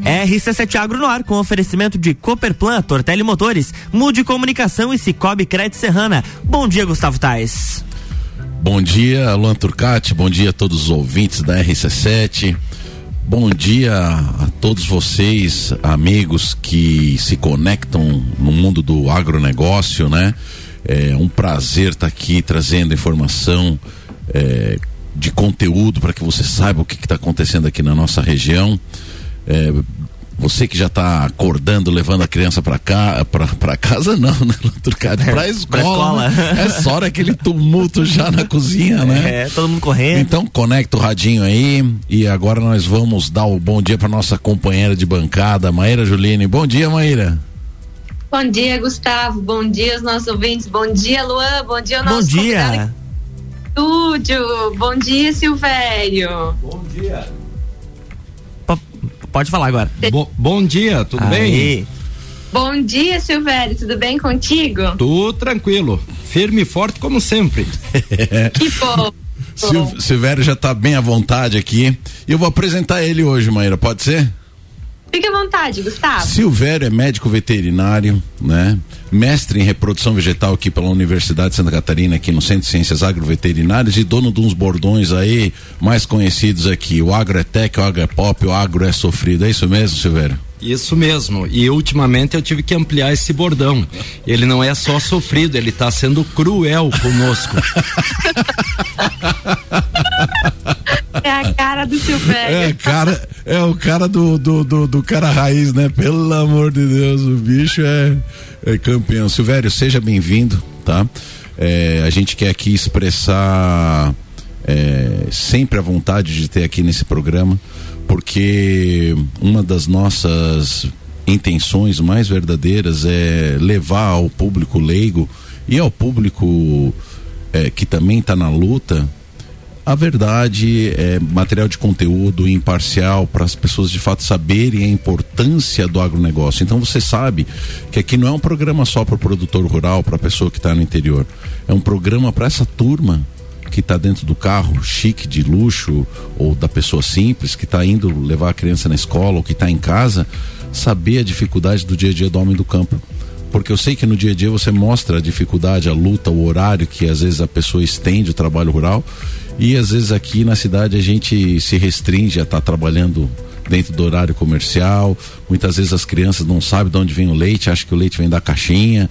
RC7 Agro no ar, com oferecimento de Cooperplan, Tortelli Motores, Mude Comunicação e Cicobi Crédito Serrana. Bom dia, Gustavo Tais. Bom dia, Luan Turcati, bom dia a todos os ouvintes da RC7. Bom dia a todos vocês, amigos que se conectam no mundo do agronegócio, né? É um prazer estar aqui trazendo informação de conteúdo para que você saiba o que está acontecendo aqui na nossa região. Você que já está acordando, levando a criança para casa não, né, Turcati? Pra escola. Né? Essa hora aquele tumulto já na cozinha, né? Todo mundo correndo. Então conecta o radinho aí e agora nós vamos dar o bom dia para nossa companheira de bancada, Maíra Juline. Bom dia, Maíra. Bom dia, Gustavo. Bom dia aos nossos ouvintes. Bom dia, Luan. Bom dia ao nosso convidado estúdio. Bom dia, Silvério. Bom dia. Pode falar agora. Bom dia, tudo bem? Bom dia, Silvério, tudo bem contigo? Tudo tranquilo, firme e forte como sempre. Que bom. Silvério já está bem à vontade aqui e eu vou apresentar ele hoje, Maíra, pode ser? Fique à vontade, Gustavo. Silvério é médico veterinário, né? Mestre em reprodução vegetal aqui pela Universidade de Santa Catarina, aqui no Centro de Ciências Agroveterinárias, e dono de uns bordões aí mais conhecidos aqui. O agro é tech, o agro é pop, o agro é sofrido. É isso mesmo, Silvério? Isso mesmo, e ultimamente eu tive que ampliar esse bordão. Ele não é só sofrido, ele está sendo cruel conosco. É a cara do Silvério. É o cara do cara raiz, né? Pelo amor de Deus, o bicho é campeão. Silvério, seja bem-vindo, tá? A gente quer aqui expressar sempre a vontade de ter aqui nesse programa, porque uma das nossas intenções mais verdadeiras é levar ao público leigo e ao público que também está na luta a verdade, material de conteúdo imparcial para as pessoas de fato saberem a importância do agronegócio. Então você sabe que aqui não é um programa só para o produtor rural, para a pessoa que está no interior, é um programa para essa turma que está dentro do carro chique, de luxo, ou da pessoa simples que está indo levar a criança na escola ou que está em casa, saber a dificuldade do dia a dia do homem do campo. Porque eu sei que no dia a dia você mostra a dificuldade, a luta, o horário que às vezes a pessoa estende o trabalho rural, e às vezes aqui na cidade a gente se restringe a estar trabalhando dentro do horário comercial. Muitas vezes as crianças não sabem de onde vem o leite, acham que o leite vem da caixinha.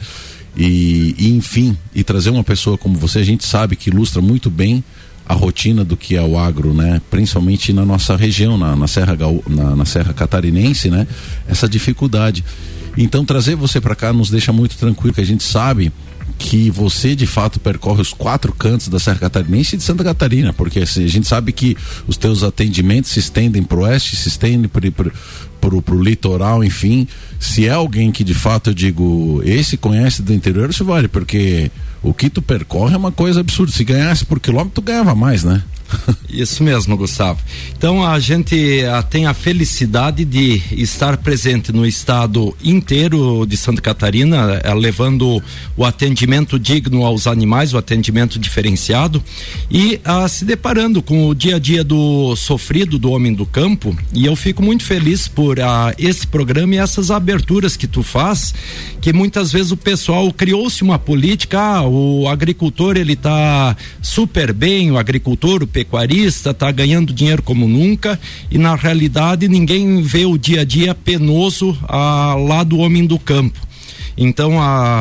Enfim, trazer uma pessoa como você, a gente sabe que ilustra muito bem a rotina do que é o agro, né? Principalmente na nossa região, na Serra Catarinense, né? Essa dificuldade. Então trazer você para cá nos deixa muito tranquilo, que a gente sabe que você de fato percorre os 4 cantos da Serra Catarinense e de Santa Catarina, porque assim, a gente sabe que os teus atendimentos se estendem para o oeste, se estendem pro litoral, enfim. Se é alguém que de fato eu digo, esse conhece do interior, isso vale, porque o que tu percorre é uma coisa absurda. Se ganhasse por quilômetro, tu ganhava mais, né? Isso mesmo, Gustavo. Então a gente tem a felicidade de estar presente no estado inteiro de Santa Catarina, levando o atendimento digno aos animais, o atendimento diferenciado, e se deparando com o dia a dia do sofrido do homem do campo. E eu fico muito feliz por esse programa e essas aberturas que tu faz, que muitas vezes o pessoal criou-se uma política, o agricultor ele tá super bem, o agricultor, o pecuarista tá ganhando dinheiro como nunca, e na realidade ninguém vê o dia a dia penoso lá do homem do campo. Então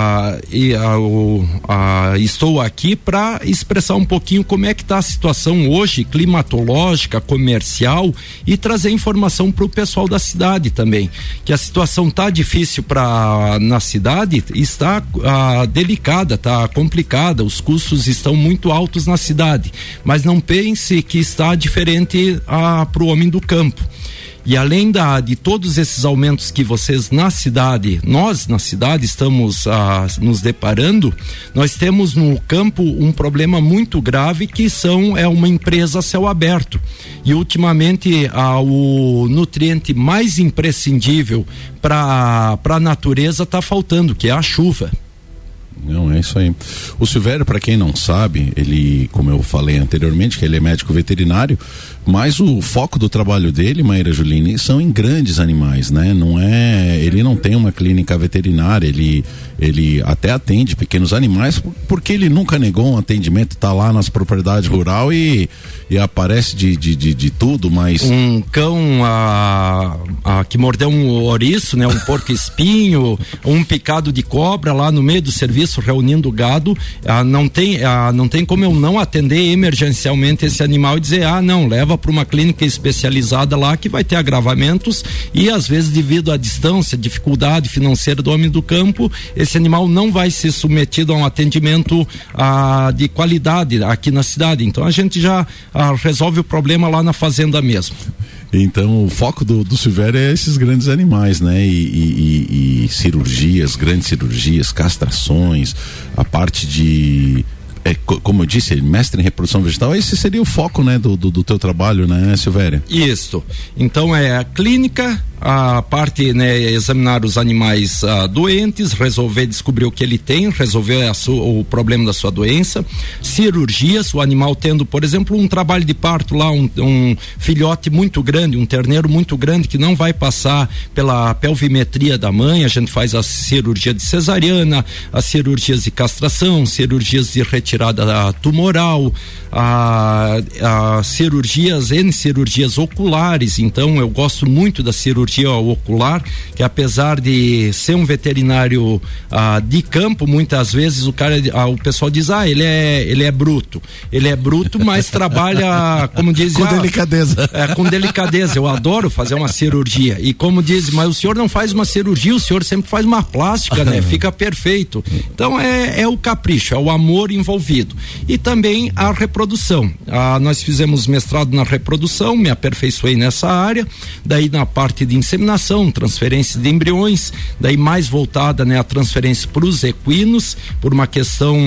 estou aqui para expressar um pouquinho como é que está a situação hoje, climatológica, comercial, e trazer informação para o pessoal da cidade também, que a situação tá difícil na cidade, está delicada, tá complicada, os custos estão muito altos na cidade, mas não pense que está diferente para o homem do campo. E além de todos esses aumentos que vocês nós na cidade estamos nos deparando, nós temos no campo um problema muito grave, que é uma empresa a céu aberto. E ultimamente o nutriente mais imprescindível para a natureza está faltando, que é a chuva. Não, é isso aí. O Silvério, para quem não sabe, ele, como eu falei anteriormente, que ele é médico veterinário, mas o foco do trabalho dele, Maíra Juline, são em grandes animais, né? Ele não tem uma clínica veterinária, ele até atende pequenos animais, porque ele nunca negou um atendimento, tá lá nas propriedades rurais e aparece de tudo, mas... Um cão que mordeu um ouriço, né? Um porco espinho, um picado de cobra lá no meio do serviço, reunindo gado, não tem como eu não atender emergencialmente esse animal e dizer, não, leva para uma clínica especializada lá que vai ter agravamentos e às vezes devido à distância, dificuldade financeira do homem do campo, esse animal não vai ser submetido a um atendimento de qualidade aqui na cidade. Então a gente já resolve o problema lá na fazenda mesmo. Então o foco do Silvério é esses grandes animais, né? E cirurgias, grandes cirurgias, castrações, a parte de... como eu disse, mestre em reprodução vegetal, esse seria o foco, né, do teu trabalho, né, Silvério? Isso. Então é a clínica, a parte, né, examinar os animais doentes, resolver, descobrir o que ele tem, resolver o problema da sua doença, cirurgias, o animal tendo, por exemplo, um trabalho de parto lá, um filhote muito grande, um terneiro muito grande que não vai passar pela pelvimetria da mãe, a gente faz a cirurgia de cesariana, as cirurgias de castração, cirurgias de retirada tumoral, cirurgias oculares. Então eu gosto muito da cirurgia ocular, que apesar de ser um veterinário de campo, muitas vezes o pessoal diz, ele é bruto, mas trabalha, como diz, com delicadeza. Com delicadeza. Eu adoro fazer uma cirurgia e como diz, mas o senhor não faz uma cirurgia, o senhor sempre faz uma plástica, né? Fica perfeito. Então é o capricho, é o amor envolvido. E também a reprodução. Nós fizemos mestrado na reprodução, me aperfeiçoei nessa área, daí na parte de inseminação, transferência de embriões, daí mais voltada, né, a transferência para os equinos, por uma questão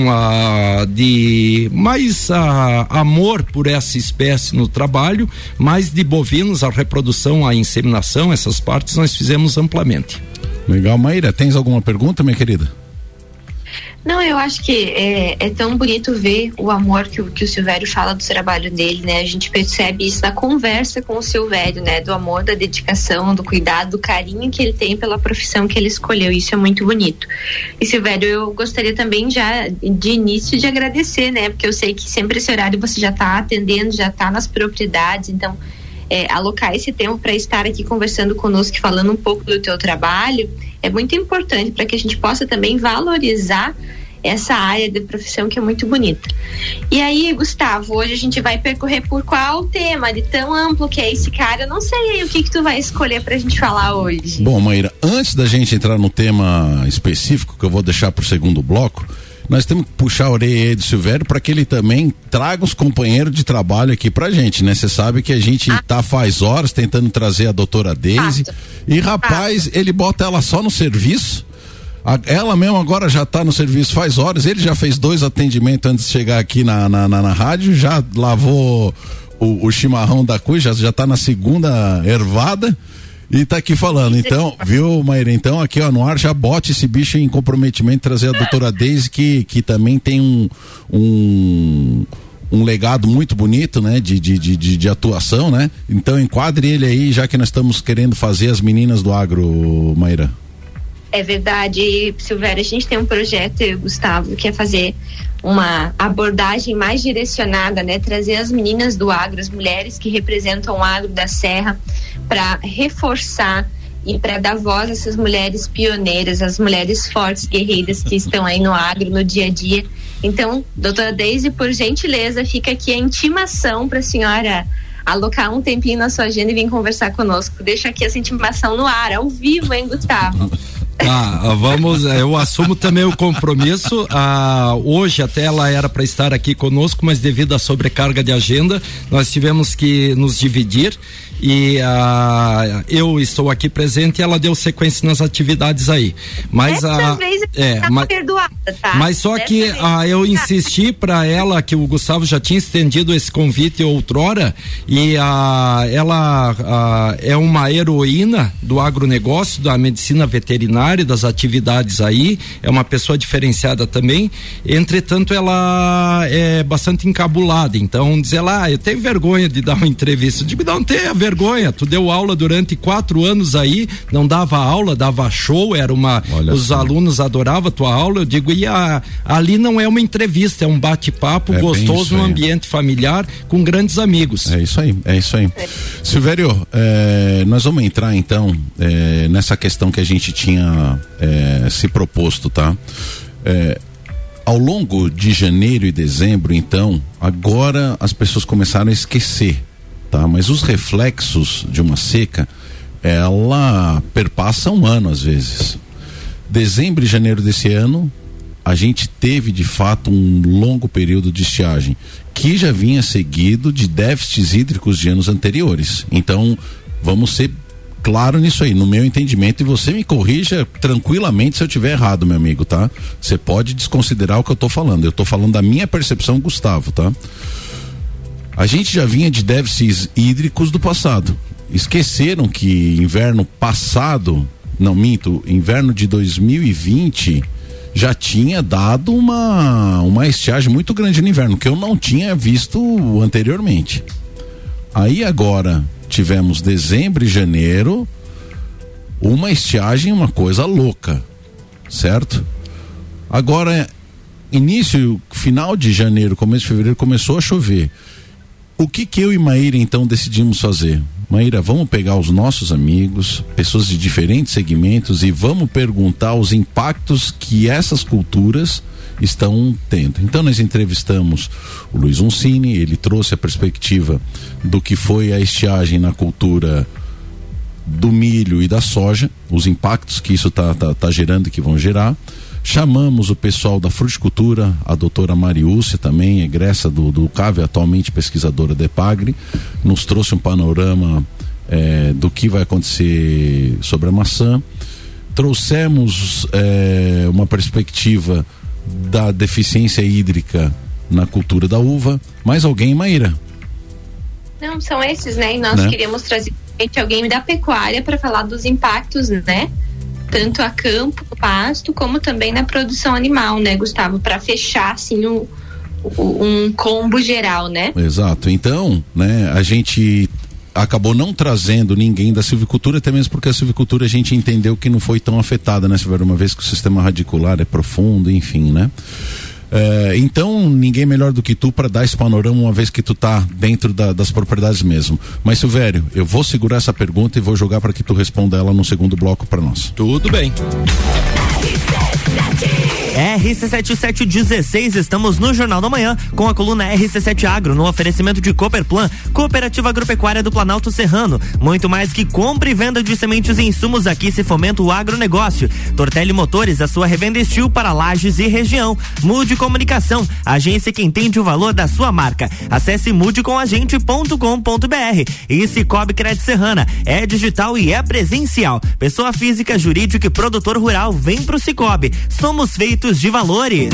de mais amor por essa espécie no trabalho, mais de bovinos, a reprodução, a inseminação, essas partes nós fizemos amplamente. Legal. Maíra, tens alguma pergunta, minha querida? Não, eu acho que é tão bonito ver o amor que o Silvério fala do trabalho dele, né? A gente percebe isso na conversa com o Silvério, né? Do amor, da dedicação, do cuidado, do carinho que ele tem pela profissão que ele escolheu. Isso é muito bonito. E Silvério, eu gostaria também já de início de agradecer, né? Porque eu sei que sempre esse horário você já está atendendo, já está nas propriedades, então alocar esse tempo para estar aqui conversando conosco e falando um pouco do teu trabalho é muito importante para que a gente possa também valorizar essa área de profissão que é muito bonita. E aí, Gustavo, hoje a gente vai percorrer por qual tema de tão amplo que é esse cara? Eu não sei aí o que tu vai escolher pra gente falar hoje. Bom, Maíra, antes da gente entrar no tema específico que eu vou deixar pro segundo bloco, nós temos que puxar a orelha aí do Silvério para que ele também traga os companheiros de trabalho aqui pra gente, né? Você sabe que a gente faz horas tentando trazer a doutora Deise e rapaz, ele bota ela só no serviço. Ela mesmo agora já tá no serviço faz horas, ele já fez 2 atendimentos antes de chegar aqui na rádio, já lavou o chimarrão da cuia, já tá na segunda ervada e tá aqui falando. Então, viu, Maíra? Então aqui no ar já bote esse bicho em comprometimento, trazer a doutora Deise que também tem um legado muito bonito, né? De atuação, né? Então enquadre ele aí, já que nós estamos querendo fazer as meninas do agro, Maíra. É verdade, Silvério, a gente tem um projeto, Gustavo, que é fazer uma abordagem mais direcionada, né? Trazer as meninas do agro, as mulheres que representam o agro da Serra, para reforçar e para dar voz a essas mulheres pioneiras, as mulheres fortes, guerreiras que estão aí no agro, no dia a dia. Então, doutora Deise, por gentileza, fica aqui a intimação para a senhora alocar um tempinho na sua agenda e vir conversar conosco. Deixa aqui essa intimação no ar, ao vivo, hein, Gustavo? Eu assumo também o compromisso. Hoje até ela era para estar aqui conosco, mas devido à sobrecarga de agenda, nós tivemos que nos dividir e eu estou aqui presente e ela deu sequência nas atividades aí. Mas perdoada, tá? Mas só que eu insisti para ela que o Gustavo já tinha estendido esse convite outrora e ela é uma heroína do agronegócio, da medicina veterinária. área das atividades aí, é uma pessoa diferenciada também, entretanto ela é bastante encabulada, então dizer lá, eu tenho vergonha de dar uma entrevista, eu digo, não tenha vergonha, tu deu aula durante 4 anos aí, não dava aula, dava show, era os alunos adoravam a tua aula, eu digo, ali não é uma entrevista, é um bate-papo gostoso num ambiente familiar com grandes amigos. É isso aí. Silvério, nós vamos entrar então nessa questão que a gente tinha se proposto, tá? Ao longo de janeiro e dezembro, então, agora as pessoas começaram a esquecer, tá? Mas os reflexos de uma seca, ela perpassa um ano às vezes. Dezembro e janeiro desse ano, a gente teve de fato um longo período de estiagem, que já vinha seguido de déficits hídricos de anos anteriores. Então, vamos ser claro nisso aí, no meu entendimento, e você me corrija tranquilamente se eu tiver errado, meu amigo, tá? Você pode desconsiderar o que eu tô falando. Eu tô falando da minha percepção, Gustavo, tá? A gente já vinha de déficits hídricos do passado. Esqueceram que inverno de 2020 já tinha dado uma estiagem muito grande no inverno, que eu não tinha visto anteriormente. Aí agora tivemos dezembro e janeiro, uma estiagem, uma coisa louca, certo? Agora, final de janeiro, começo de fevereiro, começou a chover. O que eu e Maíra então decidimos fazer? Maíra, vamos pegar os nossos amigos, pessoas de diferentes segmentos, e vamos perguntar os impactos que essas culturas estão tendo. Então nós entrevistamos o Luiz Uncini, ele trouxe a perspectiva do que foi a estiagem na cultura do milho e da soja, os impactos que isso tá gerando e que vão gerar. Chamamos o pessoal da fruticultura, a doutora Mariúcia também, egressa do CAV, atualmente pesquisadora da EPAGRE, nos trouxe um panorama do que vai acontecer sobre a maçã. Trouxemos uma perspectiva da deficiência hídrica na cultura da uva. Mais alguém, Maíra? Não, são esses, né? E nós queríamos trazer alguém da pecuária para falar dos impactos, né? Tanto a campo, pasto, como também na produção animal, né, Gustavo? Para fechar, assim, um combo geral, né? Exato. Então, né, a gente acabou não trazendo ninguém da silvicultura, até mesmo porque a silvicultura a gente entendeu que não foi tão afetada, né, Silvério? Uma vez que o sistema radicular é profundo, enfim, né? Então, ninguém melhor do que tu para dar esse panorama, uma vez que tu tá dentro das propriedades mesmo. Mas, Silvério, eu vou segurar essa pergunta e vou jogar para que tu responda ela no segundo bloco para nós. Tudo bem. RC7716, estamos no Jornal da Manhã com a coluna RC7 Agro, no oferecimento de Cooperplan, Cooperativa Agropecuária do Planalto Serrano. Muito mais que compra e venda de sementes e insumos, aqui se fomenta o agronegócio. Tortelli Motores, a sua revenda Estil para Lages e região. Mude Comunicação, agência que entende o valor da sua marca. Acesse mudecomagente.com.br. E Cicobi Crédito Serrana, é digital e é presencial. Pessoa física, jurídica e produtor rural, vem pro Cicobi. Somos feitos de valores.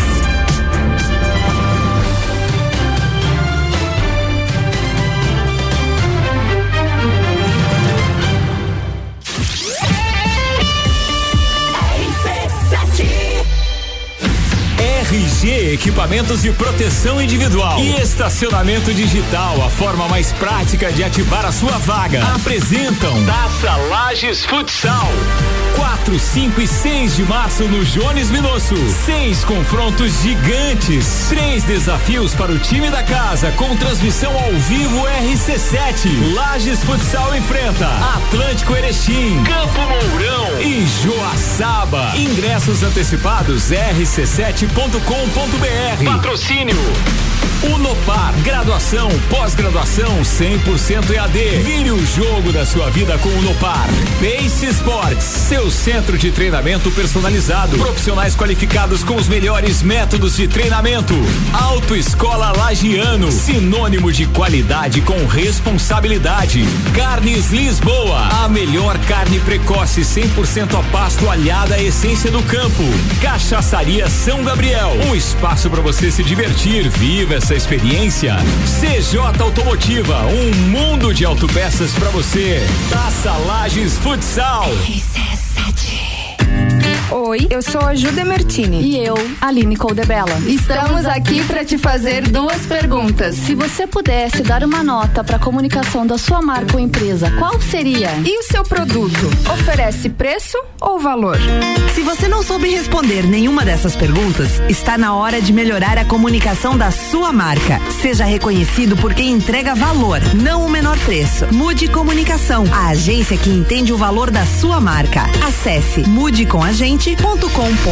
RG Equipamentos de Proteção Individual e Estacionamento Digital, a forma mais prática de ativar a sua vaga. Apresentam Taça Lages Futsal. 4, 5 e 6 de março no Jones Minosso. 6 confrontos gigantes. 3 desafios para o time da casa com transmissão ao vivo RC7. Lages Futsal enfrenta Atlântico Erechim, Campo Mourão e Joaçaba. Ingressos antecipados rc7.com.br. Patrocínio Unopar, graduação, pós-graduação 100% EAD. Vire o jogo da sua vida com o Unopar. Pace Sports, seu centro de treinamento personalizado. Profissionais qualificados com os melhores métodos de treinamento. Autoescola Lagiano, sinônimo de qualidade com responsabilidade. Carnes Lisboa, a melhor carne precoce 100% a pasto alhada à essência do campo. Cachaçaria São Gabriel, um espaço para você se divertir. Viva essa experiência. CJ Automotiva, um mundo de autopeças para você. Taça Lages Futsal. RC7. Oi, eu sou a Ju Demertini. E eu, Aline Coldebella. Estamos aqui para te fazer duas perguntas. Se você pudesse dar uma nota para a comunicação da sua marca ou empresa, qual seria? E o seu produto? Oferece preço ou valor? Se você não soube responder nenhuma dessas perguntas, está na hora de melhorar a comunicação da sua marca. Seja reconhecido por quem entrega valor, não o menor preço. Mude Comunicação, a agência que entende o valor da sua marca. Acesse mudecomagente.com.br.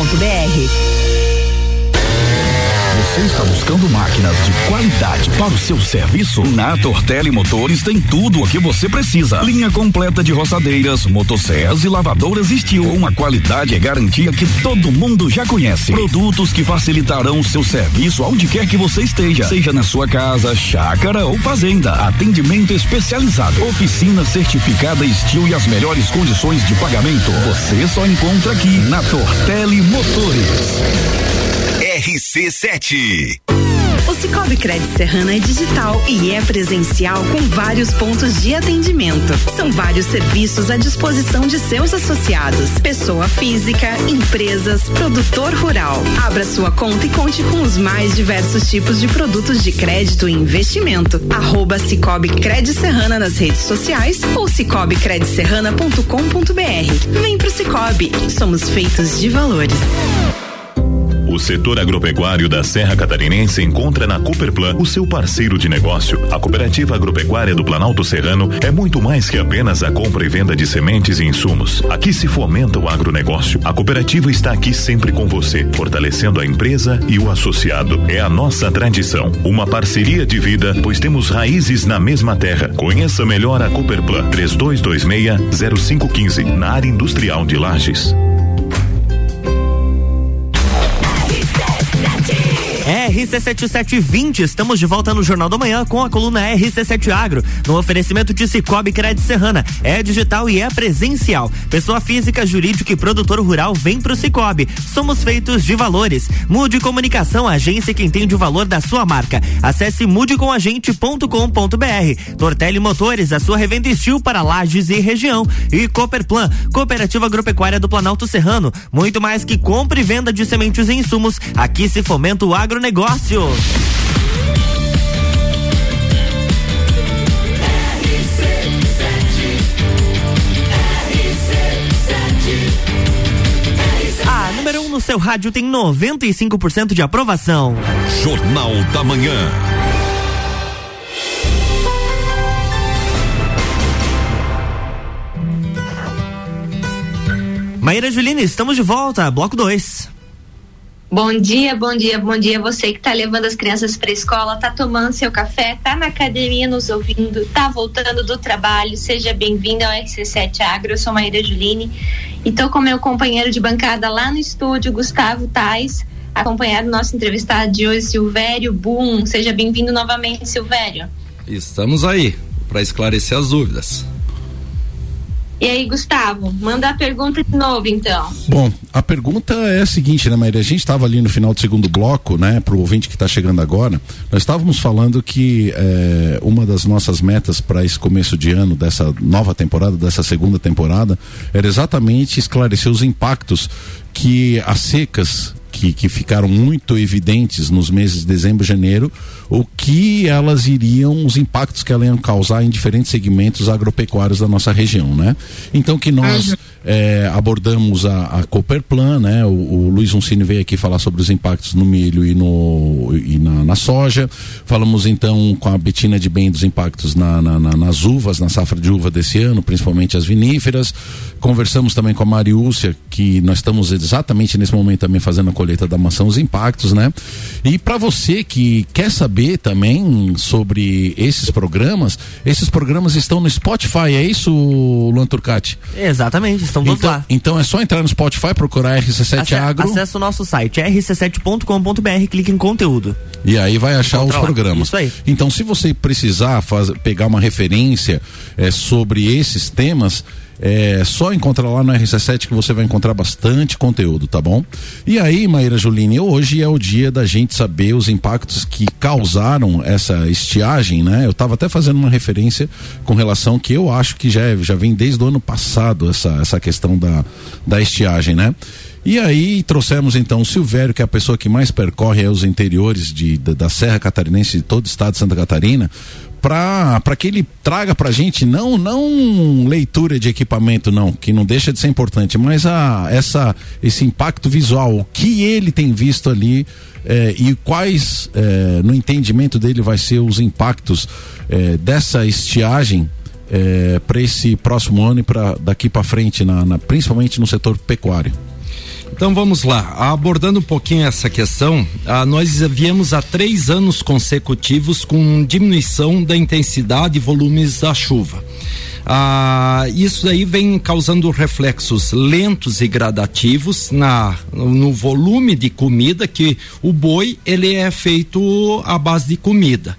Você está buscando máquinas de qualidade para o seu serviço? Na Tortelli Motores tem tudo o que você precisa. Linha completa de roçadeiras, motosserras e lavadoras Steel. Uma qualidade e garantia que todo mundo já conhece. Produtos que facilitarão o seu serviço aonde quer que você esteja. Seja na sua casa, chácara ou fazenda. Atendimento especializado. Oficina certificada Steel e as melhores condições de pagamento. Você só encontra aqui na Tortelli Motores. RC7. O Cicobi Crédito Serrana é digital e é presencial com vários pontos de atendimento. São vários serviços à disposição de seus associados, pessoa física, empresas, produtor rural. Abra sua conta e conte com os mais diversos tipos de produtos de crédito e investimento. @Cicobi Crédito Serrana nas redes sociais ou cicobicreditserrana.com.br. Vem pro Cicobi, somos feitos de valores. O setor agropecuário da Serra Catarinense encontra na Cooperplan o seu parceiro de negócio. A Cooperativa Agropecuária do Planalto Serrano é muito mais que apenas a compra e venda de sementes e insumos. Aqui se fomenta o agronegócio. A cooperativa está aqui sempre com você, fortalecendo a empresa e o associado. É a nossa tradição, uma parceria de vida, pois temos raízes na mesma terra. Conheça melhor a Cooperplan 3226-0515, na área industrial de Lages. RC7720, estamos de volta no Jornal da Manhã com a coluna RC7 Agro, no oferecimento de Cicobi Crédito Serrana. É digital e é presencial. Pessoa física, jurídica e produtor rural vem pro Cicobi. Somos feitos de valores. Mude Comunicação, a agência que entende o valor da sua marca. Acesse mudecomagente.com.br. Tortelli Motores, a sua revenda Steel para Lages e região. E Cooperplan, Cooperativa Agropecuária do Planalto Serrano. Muito mais que compra e venda de sementes e insumos. Aqui se fomenta o agronegócio. A número 1 no seu rádio tem 95% de aprovação. Jornal da Manhã. Maíra Juline, estamos de volta, bloco 2. Bom dia, bom dia, bom dia. Você que tá levando as crianças pra escola, tá tomando seu café, tá na academia nos ouvindo, tá voltando do trabalho, seja bem-vindo ao RC7 Agro. Eu sou Maíra Juline e tô com meu companheiro de bancada lá no estúdio, Gustavo Tais, acompanhado do nosso entrevistado de hoje, Silvério Boom. Seja bem-vindo novamente, Silvério. Estamos aí para esclarecer as dúvidas. E aí, Gustavo, manda a pergunta de novo, então. Bom, a pergunta é a seguinte, né, Maíra? A gente estava ali no final do segundo bloco, né, pro ouvinte que está chegando agora, nós estávamos falando que uma das nossas metas para esse começo de ano, dessa nova temporada, dessa segunda temporada, era exatamente esclarecer os impactos que as secas que ficaram muito evidentes nos meses de dezembro e janeiro, os impactos que elas iam causar em diferentes segmentos agropecuários da nossa região, né? Então que nós abordamos a Cooperplan, né? O Luiz Uncini veio aqui falar sobre os impactos no milho e na soja. Falamos então com a Betina de Bem dos impactos nas uvas, na safra de uva desse ano, principalmente as viníferas. Conversamos também com a Mariúcia, que nós estamos exatamente nesse momento também fazendo a colheita da maçã, os impactos, né? E para você que quer saber também sobre esses programas estão no Spotify, é isso, Luan Turcati? Exatamente, estão todos lá. Então é só entrar no Spotify, procurar RC7 Agro. Acesse o nosso site, rc7.com.br, clique em conteúdo. E aí vai achar os programas. Isso aí. Então, se você precisar pegar uma referência sobre esses temas, é só encontrar lá no RC7 que você vai encontrar bastante conteúdo, tá bom? E aí, Maíra Juline, hoje é o dia da gente saber os impactos que causaram essa estiagem, né? Eu tava até fazendo uma referência com relação que eu acho que já vem desde o ano passado essa questão da estiagem, né? E aí trouxemos então o Silvério, que é a pessoa que mais percorre os interiores da Serra Catarinense, de todo o estado de Santa Catarina, para que ele traga pra gente não leitura de equipamento, não, que não deixa de ser importante, mas esse impacto visual, o que ele tem visto ali, e quais no entendimento dele vai ser os impactos dessa estiagem para esse próximo ano e para daqui para frente, principalmente no setor pecuário. Então vamos lá, abordando um pouquinho essa questão, nós viemos há 3 anos consecutivos com diminuição da intensidade e volumes da chuva. Isso aí vem causando reflexos lentos e gradativos no volume de comida, que o boi ele é feito à base de comida.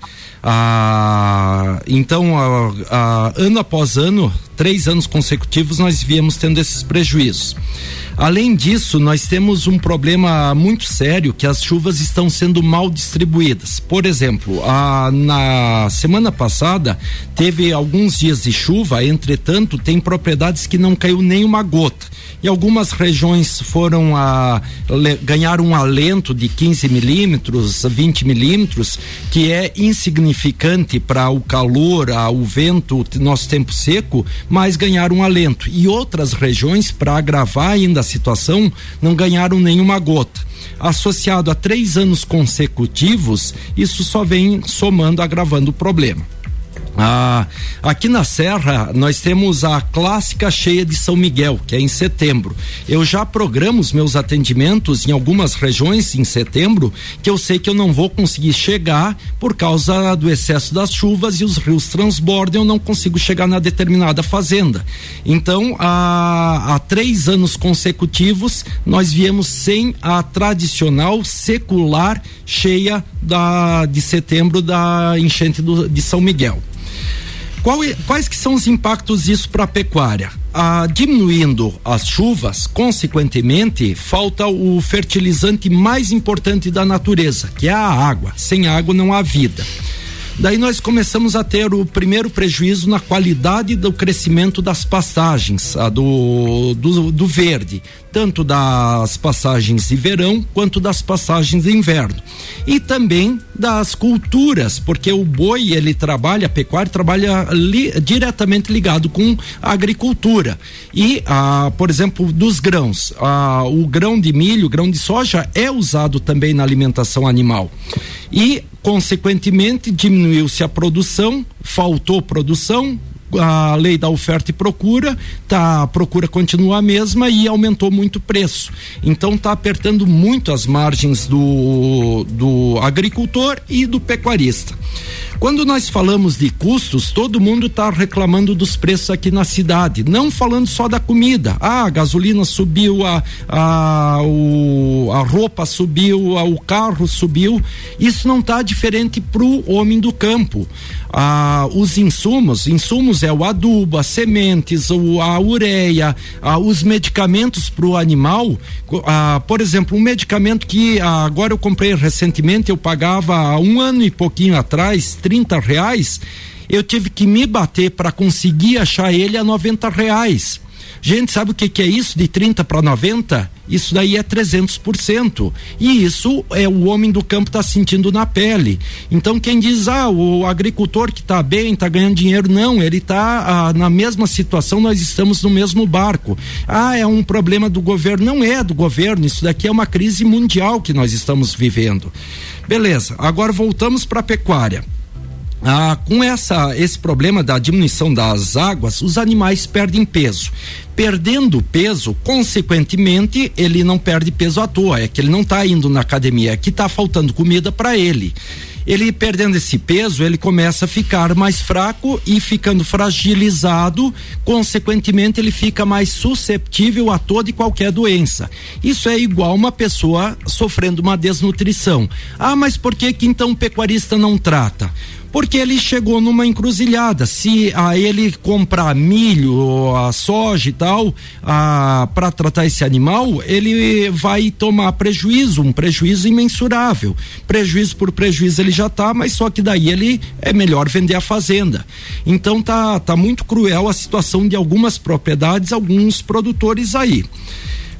Então, ano após ano, 3 anos consecutivos, nós viemos tendo esses prejuízos. Além disso, nós temos um problema muito sério, que as chuvas estão sendo mal distribuídas. Por exemplo, na semana passada teve alguns dias de chuva, entretanto tem propriedades que não caiu nem uma gota. E algumas regiões ganharam um alento de 15 milímetros, 20 milímetros, que é insignificante para o calor, o vento, nosso tempo seco, mas ganharam um alento. E outras regiões, para agravar ainda a situação, não ganharam nenhuma gota. Associado a 3 anos consecutivos, isso só vem somando, agravando o problema. Aqui na Serra nós temos a clássica cheia de São Miguel, que é em setembro. Eu já programo os meus atendimentos em algumas regiões em setembro, que eu sei que eu não vou conseguir chegar por causa do excesso das chuvas e os rios transbordam, eu não consigo chegar na determinada fazenda. Então, há 3 anos consecutivos nós viemos sem a tradicional secular cheia de setembro da enchente de São Miguel. Quais que são os impactos disso para a pecuária? Diminuindo as chuvas, consequentemente, falta o fertilizante mais importante da natureza, que é a água. Sem água não há vida. Daí nós começamos a ter o primeiro prejuízo na qualidade do crescimento das pastagens, do verde, tanto das pastagens de verão quanto das pastagens de inverno. E também das culturas, porque o boi, a pecuária trabalha diretamente ligado com a agricultura. E, por exemplo, dos grãos, o grão de milho, o grão de soja é usado também na alimentação animal. E, consequentemente, diminuiu-se a produção, faltou produção, a lei da oferta e procura, a procura continua a mesma e aumentou muito o preço. Então está apertando muito as margens do agricultor e do pecuarista. Quando nós falamos de custos, todo mundo está reclamando dos preços aqui na cidade, não falando só da comida. A gasolina subiu, a roupa subiu, o carro subiu. Isso não está diferente para o homem do campo. Os insumos é o adubo, as sementes, a ureia, os medicamentos para o animal. Por exemplo, um medicamento que agora eu comprei recentemente, eu pagava há 1 ano e pouquinho atrás R$30, eu tive que me bater para conseguir achar ele a R$90. Gente, sabe o que é isso de 30 para 90? Isso daí é 300%. E isso o homem do campo está sentindo na pele. Então quem diz, o agricultor que está bem, está ganhando dinheiro, não, ele está na mesma situação, nós estamos no mesmo barco. É um problema do governo. Não é do governo, isso daqui é uma crise mundial que nós estamos vivendo. Beleza, agora voltamos para a pecuária. Com esse problema da diminuição das águas, os animais perdem peso. Perdendo peso, consequentemente, ele não perde peso à toa, é que ele não está indo na academia, é que está faltando comida para ele. Ele perdendo esse peso, ele começa a ficar mais fraco e ficando fragilizado, consequentemente ele fica mais susceptível a toda e qualquer doença. Isso é igual uma pessoa sofrendo uma desnutrição. Mas por que então o pecuarista não trata? Porque ele chegou numa encruzilhada. Se ele comprar milho, a soja e tal, para tratar esse animal, ele vai tomar prejuízo, um prejuízo imensurável. Prejuízo por prejuízo ele já tá, mas só que daí ele é melhor vender a fazenda. Então tá muito cruel a situação de algumas propriedades, alguns produtores aí.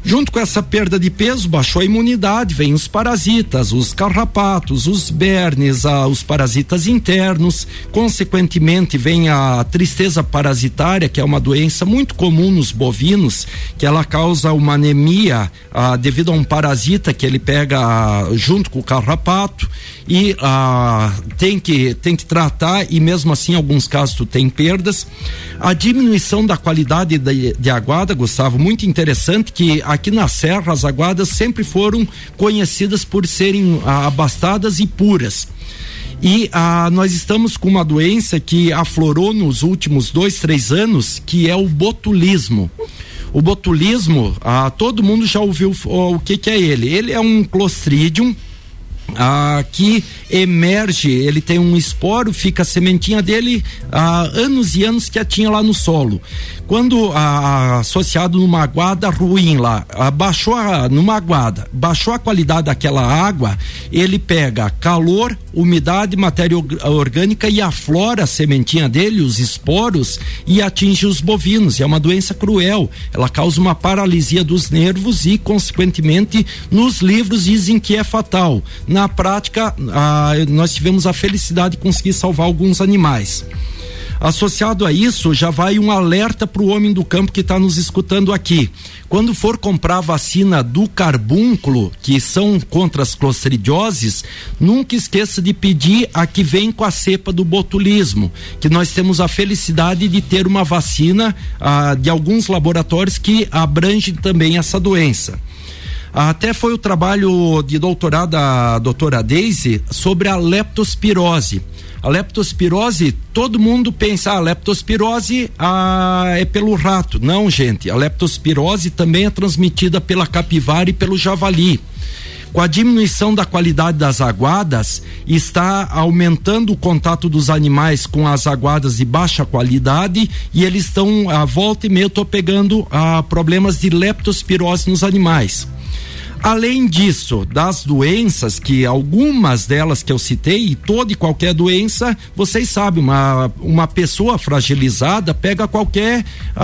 Junto com essa perda de peso, baixou a imunidade, vem os parasitas, os carrapatos, os bernes, os parasitas internos, consequentemente vem a tristeza parasitária, que é uma doença muito comum nos bovinos, que ela causa uma anemia devido a um parasita que ele pega junto com o carrapato e tem que tratar, e mesmo assim em alguns casos tu tem perdas. A diminuição da qualidade de aguada, Gustavo, muito interessante, que aqui na Serra as aguadas sempre foram conhecidas por serem abastadas e puras. E nós estamos com uma doença que aflorou nos últimos 2-3 anos, que é o botulismo. O botulismo, todo mundo já ouviu o que é ele. Ele é um Clostridium que emerge, ele tem um esporo, fica a sementinha dele anos e anos que a tinha lá no solo. Quando associado numa aguada ruim lá, baixou a qualidade daquela água, ele pega calor, umidade, matéria orgânica e aflora a sementinha dele, os esporos, e atinge os bovinos. É uma doença cruel, ela causa uma paralisia dos nervos e, consequentemente, nos livros dizem que é fatal. Na prática, nós tivemos a felicidade de conseguir salvar alguns animais. Associado a isso, já vai um alerta para o homem do campo que está nos escutando aqui. Quando for comprar a vacina do carbúnculo, que são contra as clostridioses, nunca esqueça de pedir a que vem com a cepa do botulismo, que nós temos a felicidade de ter uma vacina de alguns laboratórios que abrangem também essa doença. Até foi o trabalho de doutorado da doutora Daisy sobre a leptospirose. A leptospirose, todo mundo pensa, a leptospirose é pelo rato. Não, gente, a leptospirose também é transmitida pela capivara e pelo javali. Com a diminuição da qualidade das aguadas, está aumentando o contato dos animais com as aguadas de baixa qualidade, e eles estão, à volta e meia, eu tô pegando problemas de leptospirose nos animais. Além disso, das doenças, que algumas delas que eu citei, e toda e qualquer doença, vocês sabem, uma pessoa fragilizada pega qualquer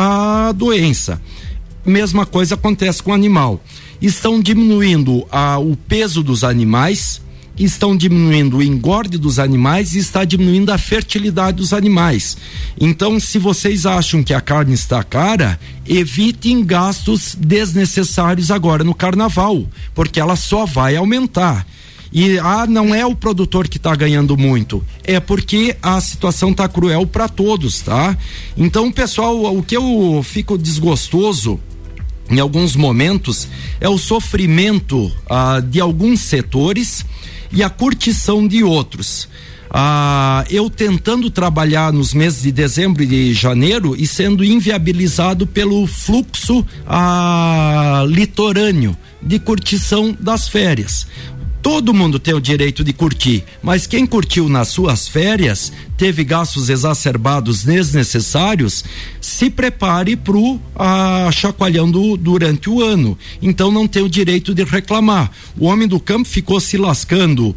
doença. Mesma coisa acontece com o animal. Estão diminuindo o peso dos animais, estão diminuindo o engorde dos animais e está diminuindo a fertilidade dos animais. Então, se vocês acham que a carne está cara, evitem gastos desnecessários agora no carnaval, porque ela só vai aumentar. E não é o produtor que está ganhando muito, é porque a situação está cruel para todos, tá? Então, pessoal, o que eu fico desgostoso em alguns momentos é o sofrimento de alguns setores e a curtição de outros. Eu tentando trabalhar nos meses de dezembro e de janeiro e sendo inviabilizado pelo fluxo litorâneo de curtição das férias. Todo mundo tem o direito de curtir, mas quem curtiu nas suas férias, teve gastos exacerbados desnecessários, se prepare pro chacoalhão durante o ano. Então não tem o direito de reclamar. O homem do campo ficou se lascando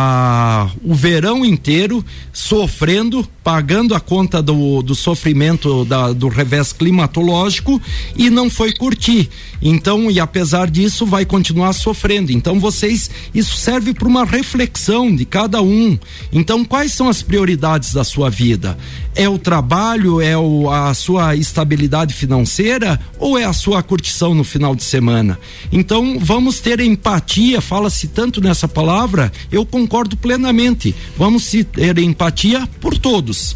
o verão inteiro, sofrendo, pagando a conta do sofrimento do revés climatológico, e não foi curtir. Então, e apesar disso, vai continuar sofrendo. Então, isso serve para uma reflexão de cada um. Então, quais são as prioridades da sua vida? É o trabalho, é a sua estabilidade financeira, ou é a sua curtição no final de semana? Então, vamos ter empatia. Fala-se tanto nessa palavra, eu concordo plenamente. Vamos ter empatia por todos.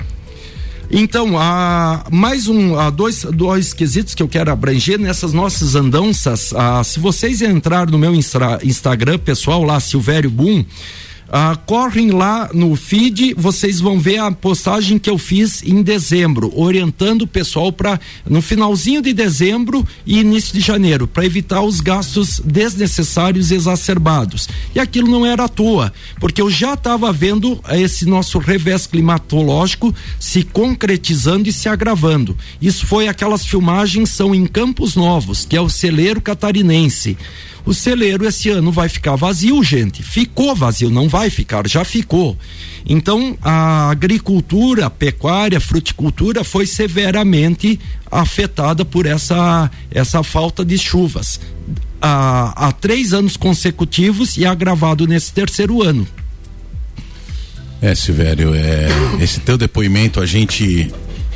Então, mais dois quesitos que eu quero abranger nessas nossas andanças. Se vocês entrarem no meu Instagram pessoal lá, Silvério Boom, correm lá no feed, vocês vão ver a postagem que eu fiz em dezembro, orientando o pessoal para no finalzinho de dezembro e início de janeiro, para evitar os gastos desnecessários exacerbados. E aquilo não era à toa, porque eu já estava vendo esse nosso revés climatológico se concretizando e se agravando. Isso foi, aquelas filmagens são em Campos Novos, que é o celeiro catarinense. O celeiro esse ano vai ficar vazio, gente. Ficou vazio, não vai ficar, já ficou. Então, a agricultura, a pecuária, a fruticultura foi severamente afetada por essa falta de chuvas. Há 3 anos consecutivos e agravado nesse 3º ano. Silvério, esse teu depoimento a gente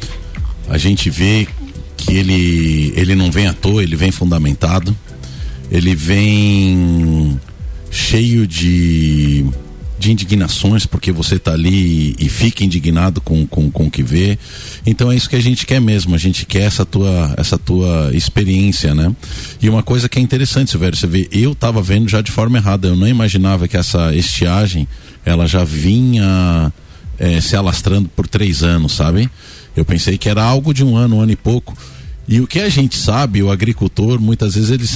vê que ele não vem à toa, ele vem fundamentado, ele vem cheio de indignações, porque você está ali e fica indignado com o que vê. Então é isso que a gente quer mesmo, a gente quer essa tua experiência, né? E uma coisa que é interessante, Silvério, você vê, eu estava vendo já de forma errada, eu não imaginava que essa estiagem ela já vinha se alastrando por 3 anos, sabe? Eu pensei que era algo de um ano e pouco. E o que a gente sabe, o agricultor, muitas vezes ele diz,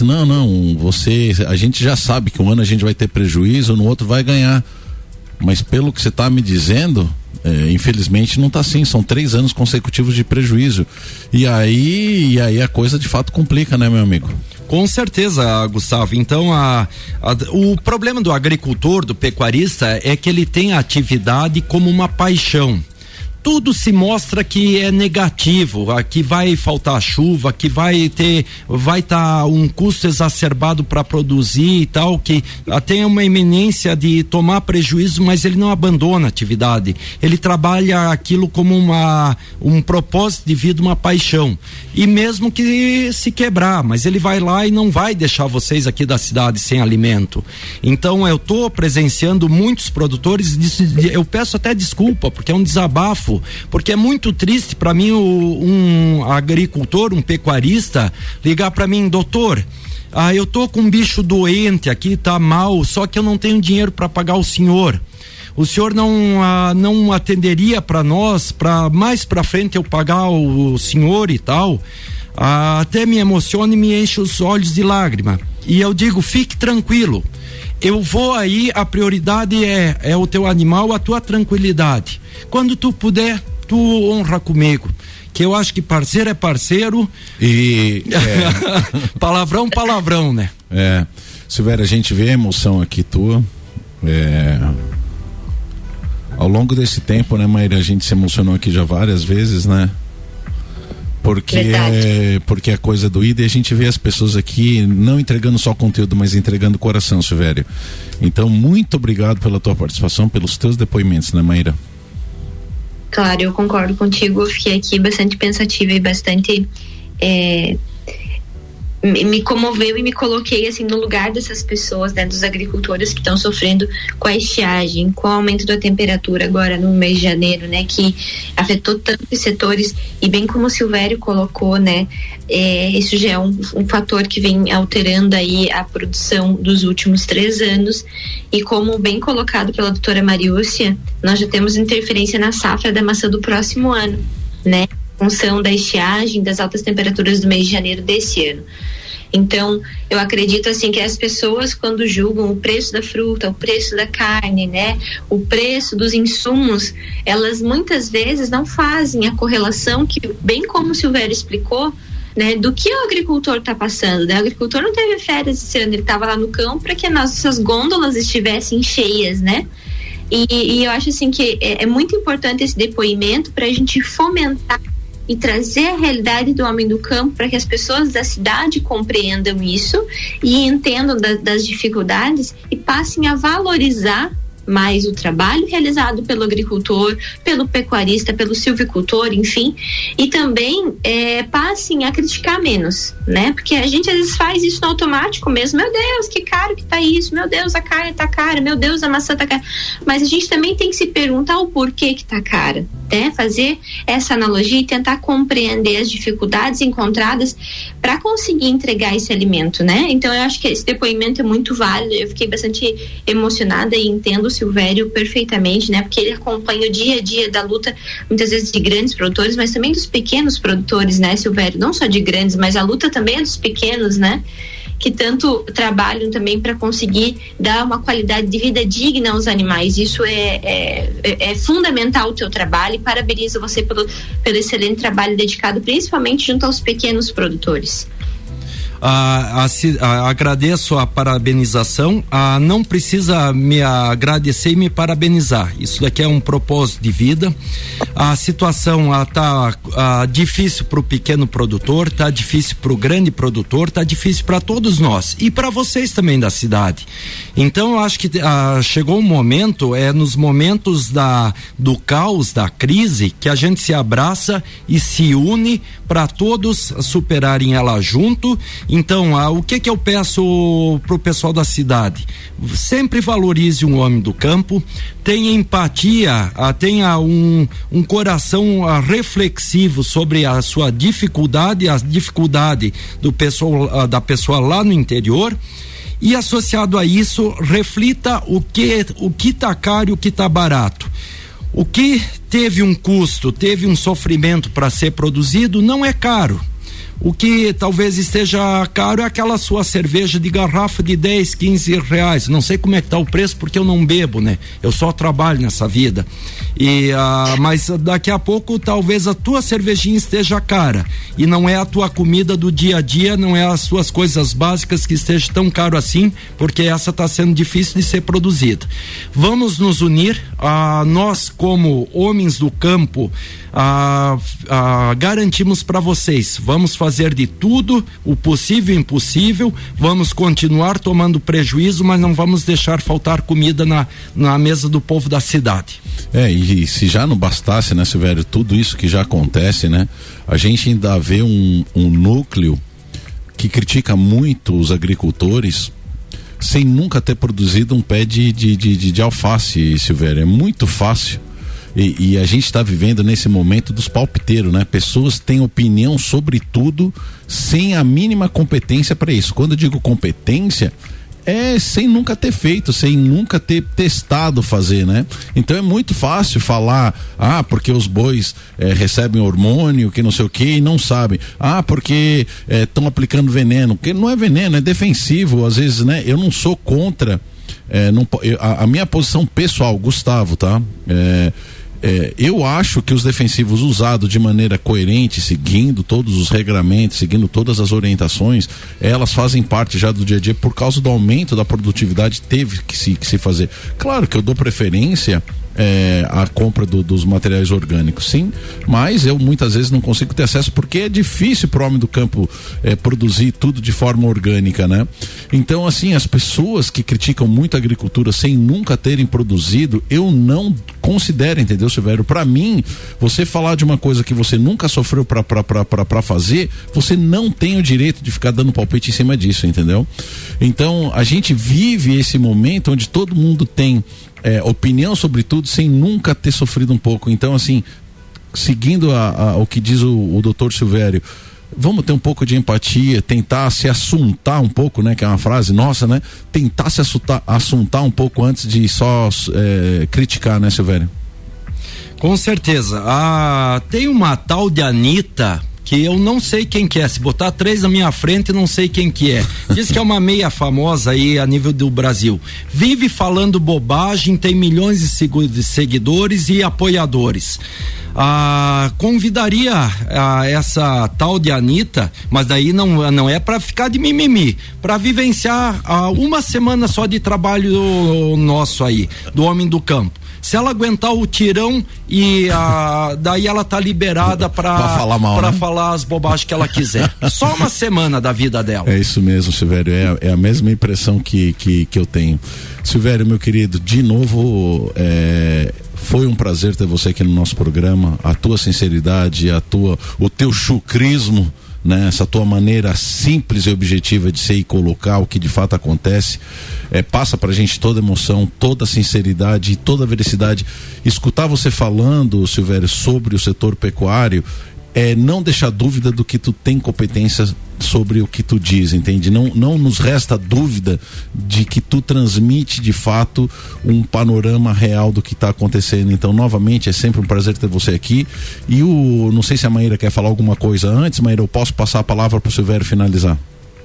a gente já sabe que um ano a gente vai ter prejuízo, no outro vai ganhar. Mas pelo que você está me dizendo, infelizmente não está assim, são 3 anos consecutivos de prejuízo. E aí a coisa de fato complica, né, meu amigo? Com certeza, Gustavo. Então, o problema do agricultor, do pecuarista, é que ele tem a atividade como uma paixão. Tudo se mostra que é negativo, que vai faltar chuva, que vai estar um custo exacerbado para produzir e tal, que tem uma iminência de tomar prejuízo, mas ele não abandona a atividade. Ele trabalha aquilo como um propósito de vida, uma paixão. E mesmo que se quebrar, mas ele vai lá e não vai deixar vocês aqui da cidade sem alimento. Então eu estou presenciando muitos produtores, eu peço até desculpa, porque é um desabafo, porque é muito triste para mim um agricultor, um pecuarista ligar para mim, doutor, eu tô com um bicho doente aqui, tá mal, só que eu não tenho dinheiro para pagar o senhor não atenderia para nós, para mais para frente eu pagar o senhor e tal? Até me emociona e me enche os olhos de lágrima, e eu digo, fique tranquilo, eu vou aí, a prioridade é o teu animal, a tua tranquilidade. Quando tu puder, tu honra comigo, que eu acho que parceiro é parceiro e palavrão, né? Silvério, a gente vê a emoção aqui tua, ao longo desse tempo, né, Maíra, a gente se emocionou aqui já várias vezes, né? Porque a coisa é doída, e a gente vê as pessoas aqui não entregando só conteúdo, mas entregando coração, Silvério. Então, muito obrigado pela tua participação, pelos teus depoimentos, né, Maíra? Claro, eu concordo contigo, eu fiquei aqui bastante pensativa e bastante me comoveu e me coloquei assim no lugar dessas pessoas, né, dos agricultores que estão sofrendo com a estiagem, com o aumento da temperatura agora no mês de janeiro, né, que afetou tantos setores, e bem como o Silvério colocou, né, isso já é um fator que vem alterando aí a produção dos últimos 3 anos, e como bem colocado pela doutora Mariúcia, nós já temos interferência na safra da maçã do próximo ano, né, em função da estiagem, das altas temperaturas do mês de janeiro desse ano. Então, eu acredito assim que as pessoas, quando julgam o preço da fruta, o preço da carne, né, o preço dos insumos, elas muitas vezes não fazem a correlação que, bem como o Silvério explicou, né, do que o agricultor está passando, né? O agricultor não teve férias esse ano, ele estava lá no campo para que nossas gôndolas estivessem cheias, né? E eu acho assim que é muito importante esse depoimento para a gente fomentar e trazer a realidade do homem do campo para que as pessoas da cidade compreendam isso e entendam das dificuldades e passem a valorizar mais o trabalho realizado pelo agricultor, pelo pecuarista, pelo silvicultor, enfim, e também passem a criticar menos, né? Porque a gente às vezes faz isso no automático mesmo, meu Deus, que caro que tá isso, meu Deus, a carne tá cara, meu Deus, a maçã tá cara, mas a gente também tem que se perguntar o porquê que tá cara, né? Fazer essa analogia e tentar compreender as dificuldades encontradas para conseguir entregar esse alimento, né? Então eu acho que esse depoimento é muito válido, eu fiquei bastante emocionada e entendo o Silvério perfeitamente, né? Porque ele acompanha o dia a dia da luta, muitas vezes de grandes produtores, mas também dos pequenos produtores, né, Silvério? Não só de grandes, mas a luta também é dos pequenos, né? Que tanto trabalham também para conseguir dar uma qualidade de vida digna aos animais. Isso é fundamental o teu trabalho, e parabenizo você pelo excelente trabalho dedicado principalmente junto aos pequenos produtores. Agradeço a parabenização, não precisa me agradecer e me parabenizar, isso daqui é um propósito de vida. A situação tá difícil para o pequeno produtor, tá difícil para o grande produtor, tá difícil para todos nós e para vocês também da cidade. Então eu acho que chegou um momento, nos momentos do caos, da crise, que a gente se abraça e se une para todos superarem ela junto. Então, o que eu peço pro pessoal da cidade? Sempre valorize um homem do campo, tenha empatia, tenha um coração reflexivo sobre a sua dificuldade, a dificuldade da pessoa lá no interior. E associado a isso, reflita o que tá caro e o que tá barato. O que teve um custo, teve um sofrimento para ser produzido, não é caro. O que talvez esteja caro é aquela sua cerveja de garrafa de 10, 15 reais. Não sei como é que tá o preço porque eu não bebo, né? Eu só trabalho nessa vida. Mas daqui a pouco talvez a tua cervejinha esteja cara. E não é a tua comida do dia a dia, não é as suas coisas básicas que esteja tão caro assim, porque essa está sendo difícil de ser produzida. Vamos nos unir, nós como homens do campo, garantimos para vocês, vamos fazer de tudo, o possível e impossível, vamos continuar tomando prejuízo, mas não vamos deixar faltar comida na mesa do povo da cidade. E se já não bastasse, né, Silvério, tudo isso que já acontece, né, a gente ainda vê um núcleo que critica muito os agricultores sem nunca ter produzido um pé de alface, Silvério. É muito fácil. E a gente está vivendo nesse momento dos palpiteiros, né? Pessoas têm opinião sobre tudo sem a mínima competência para isso. Quando eu digo competência, é sem nunca ter feito, sem nunca ter testado fazer, né? Então é muito fácil falar, porque os bois recebem hormônio, que não sei o que, e não sabem. Porque estão aplicando veneno, porque não é veneno, é defensivo, às vezes, né? Eu não sou contra, a minha posição pessoal, Gustavo, tá? Eu acho que os defensivos usados de maneira coerente, seguindo todos os regramentos, seguindo todas as orientações, elas fazem parte já do dia a dia. Por causa do aumento da produtividade, teve que se fazer. Claro que eu dou preferência a compra dos materiais orgânicos, sim, mas eu muitas vezes não consigo ter acesso porque é difícil para o homem do campo produzir tudo de forma orgânica, né? Então, assim, as pessoas que criticam muito a agricultura sem nunca terem produzido, eu não considero, entendeu, Silvério? Para mim, você falar de uma coisa que você nunca sofreu para fazer, você não tem o direito de ficar dando palpite em cima disso, entendeu? Então, a gente vive esse momento onde todo mundo tem opinião sobre tudo sem nunca ter sofrido um pouco. Então, assim, seguindo o que diz o doutor Silvério, vamos ter um pouco de empatia, tentar se assuntar um pouco, né? Que é uma frase nossa, né? Tentar se assuntar um pouco antes de só criticar, né, Silvério? Com certeza. Tem uma tal de Anitta que eu não sei quem que é, se botar 3 na minha frente não sei quem que é. Diz que é uma meia famosa aí a nível do Brasil, vive falando bobagem, tem milhões de seguidores e apoiadores. Convidaria essa tal de Anitta, mas daí não é para ficar de mimimi, para vivenciar uma semana só de trabalho nosso aí, do homem do campo. Se ela aguentar o tirão e daí ela tá liberada para falar mal, né? Falar as bobagens que ela quiser. Só uma semana da vida dela. É isso mesmo, Silvério, é a mesma impressão que eu tenho. Silvério, meu querido, de novo, foi um prazer ter você aqui no nosso programa. A tua sinceridade, o teu chucrismo, né? Essa tua maneira simples e objetiva de ser e colocar o que de fato acontece, passa pra gente toda a emoção, toda a sinceridade e toda a veracidade. Escutar você falando, Silvério, sobre o setor pecuário, não deixar dúvida do que tu tem competência sobre o que tu diz, entende? Não nos resta dúvida de que tu transmite de fato um panorama real do que está acontecendo. Então, novamente, é sempre um prazer ter você aqui. E não sei se a Maíra quer falar alguma coisa antes. Maíra, eu posso passar a palavra para o Silvério finalizar?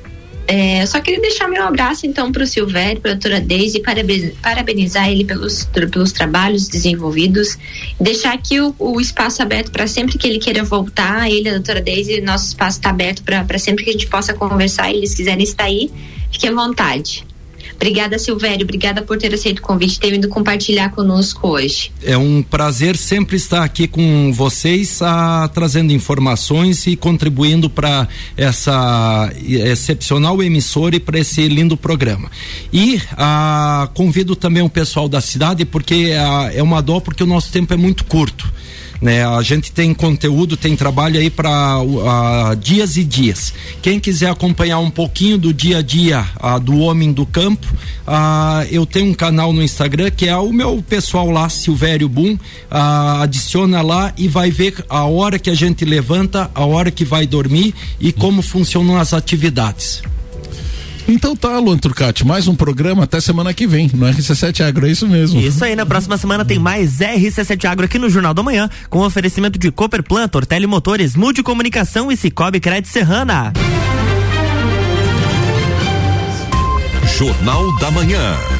Só queria deixar meu abraço então para o Silvério, para a doutora Deise, parabenizar ele pelos trabalhos desenvolvidos, deixar aqui o espaço aberto para sempre que ele queira voltar, ele, a doutora Deise, nosso espaço está aberto para sempre que a gente possa conversar, e eles quiserem estar aí, fique à vontade. Obrigada, Silvério, obrigada por ter aceito o convite, ter vindo compartilhar conosco hoje. É um prazer sempre estar aqui com vocês, trazendo informações e contribuindo para essa excepcional emissora e para esse lindo programa. E convido também o pessoal da cidade, porque é uma dó, porque o nosso tempo é muito curto. Né? A gente tem conteúdo, tem trabalho aí para dias e dias. Quem quiser acompanhar um pouquinho do dia a dia do homem do campo, eu tenho um canal no Instagram que é o meu pessoal lá, Silvério Boom, adiciona lá e vai ver a hora que a gente levanta, a hora que vai dormir e como funcionam as atividades. Então tá, Luan Turcati, mais um programa até semana que vem no RC7 Agro, é isso mesmo. Isso aí, na próxima semana tem mais RC7 Agro aqui no Jornal da Manhã, com oferecimento de Cooperplan, Tortelli Motores, Mude Comunicação e Cicobi Crédito Serrana. Jornal da Manhã.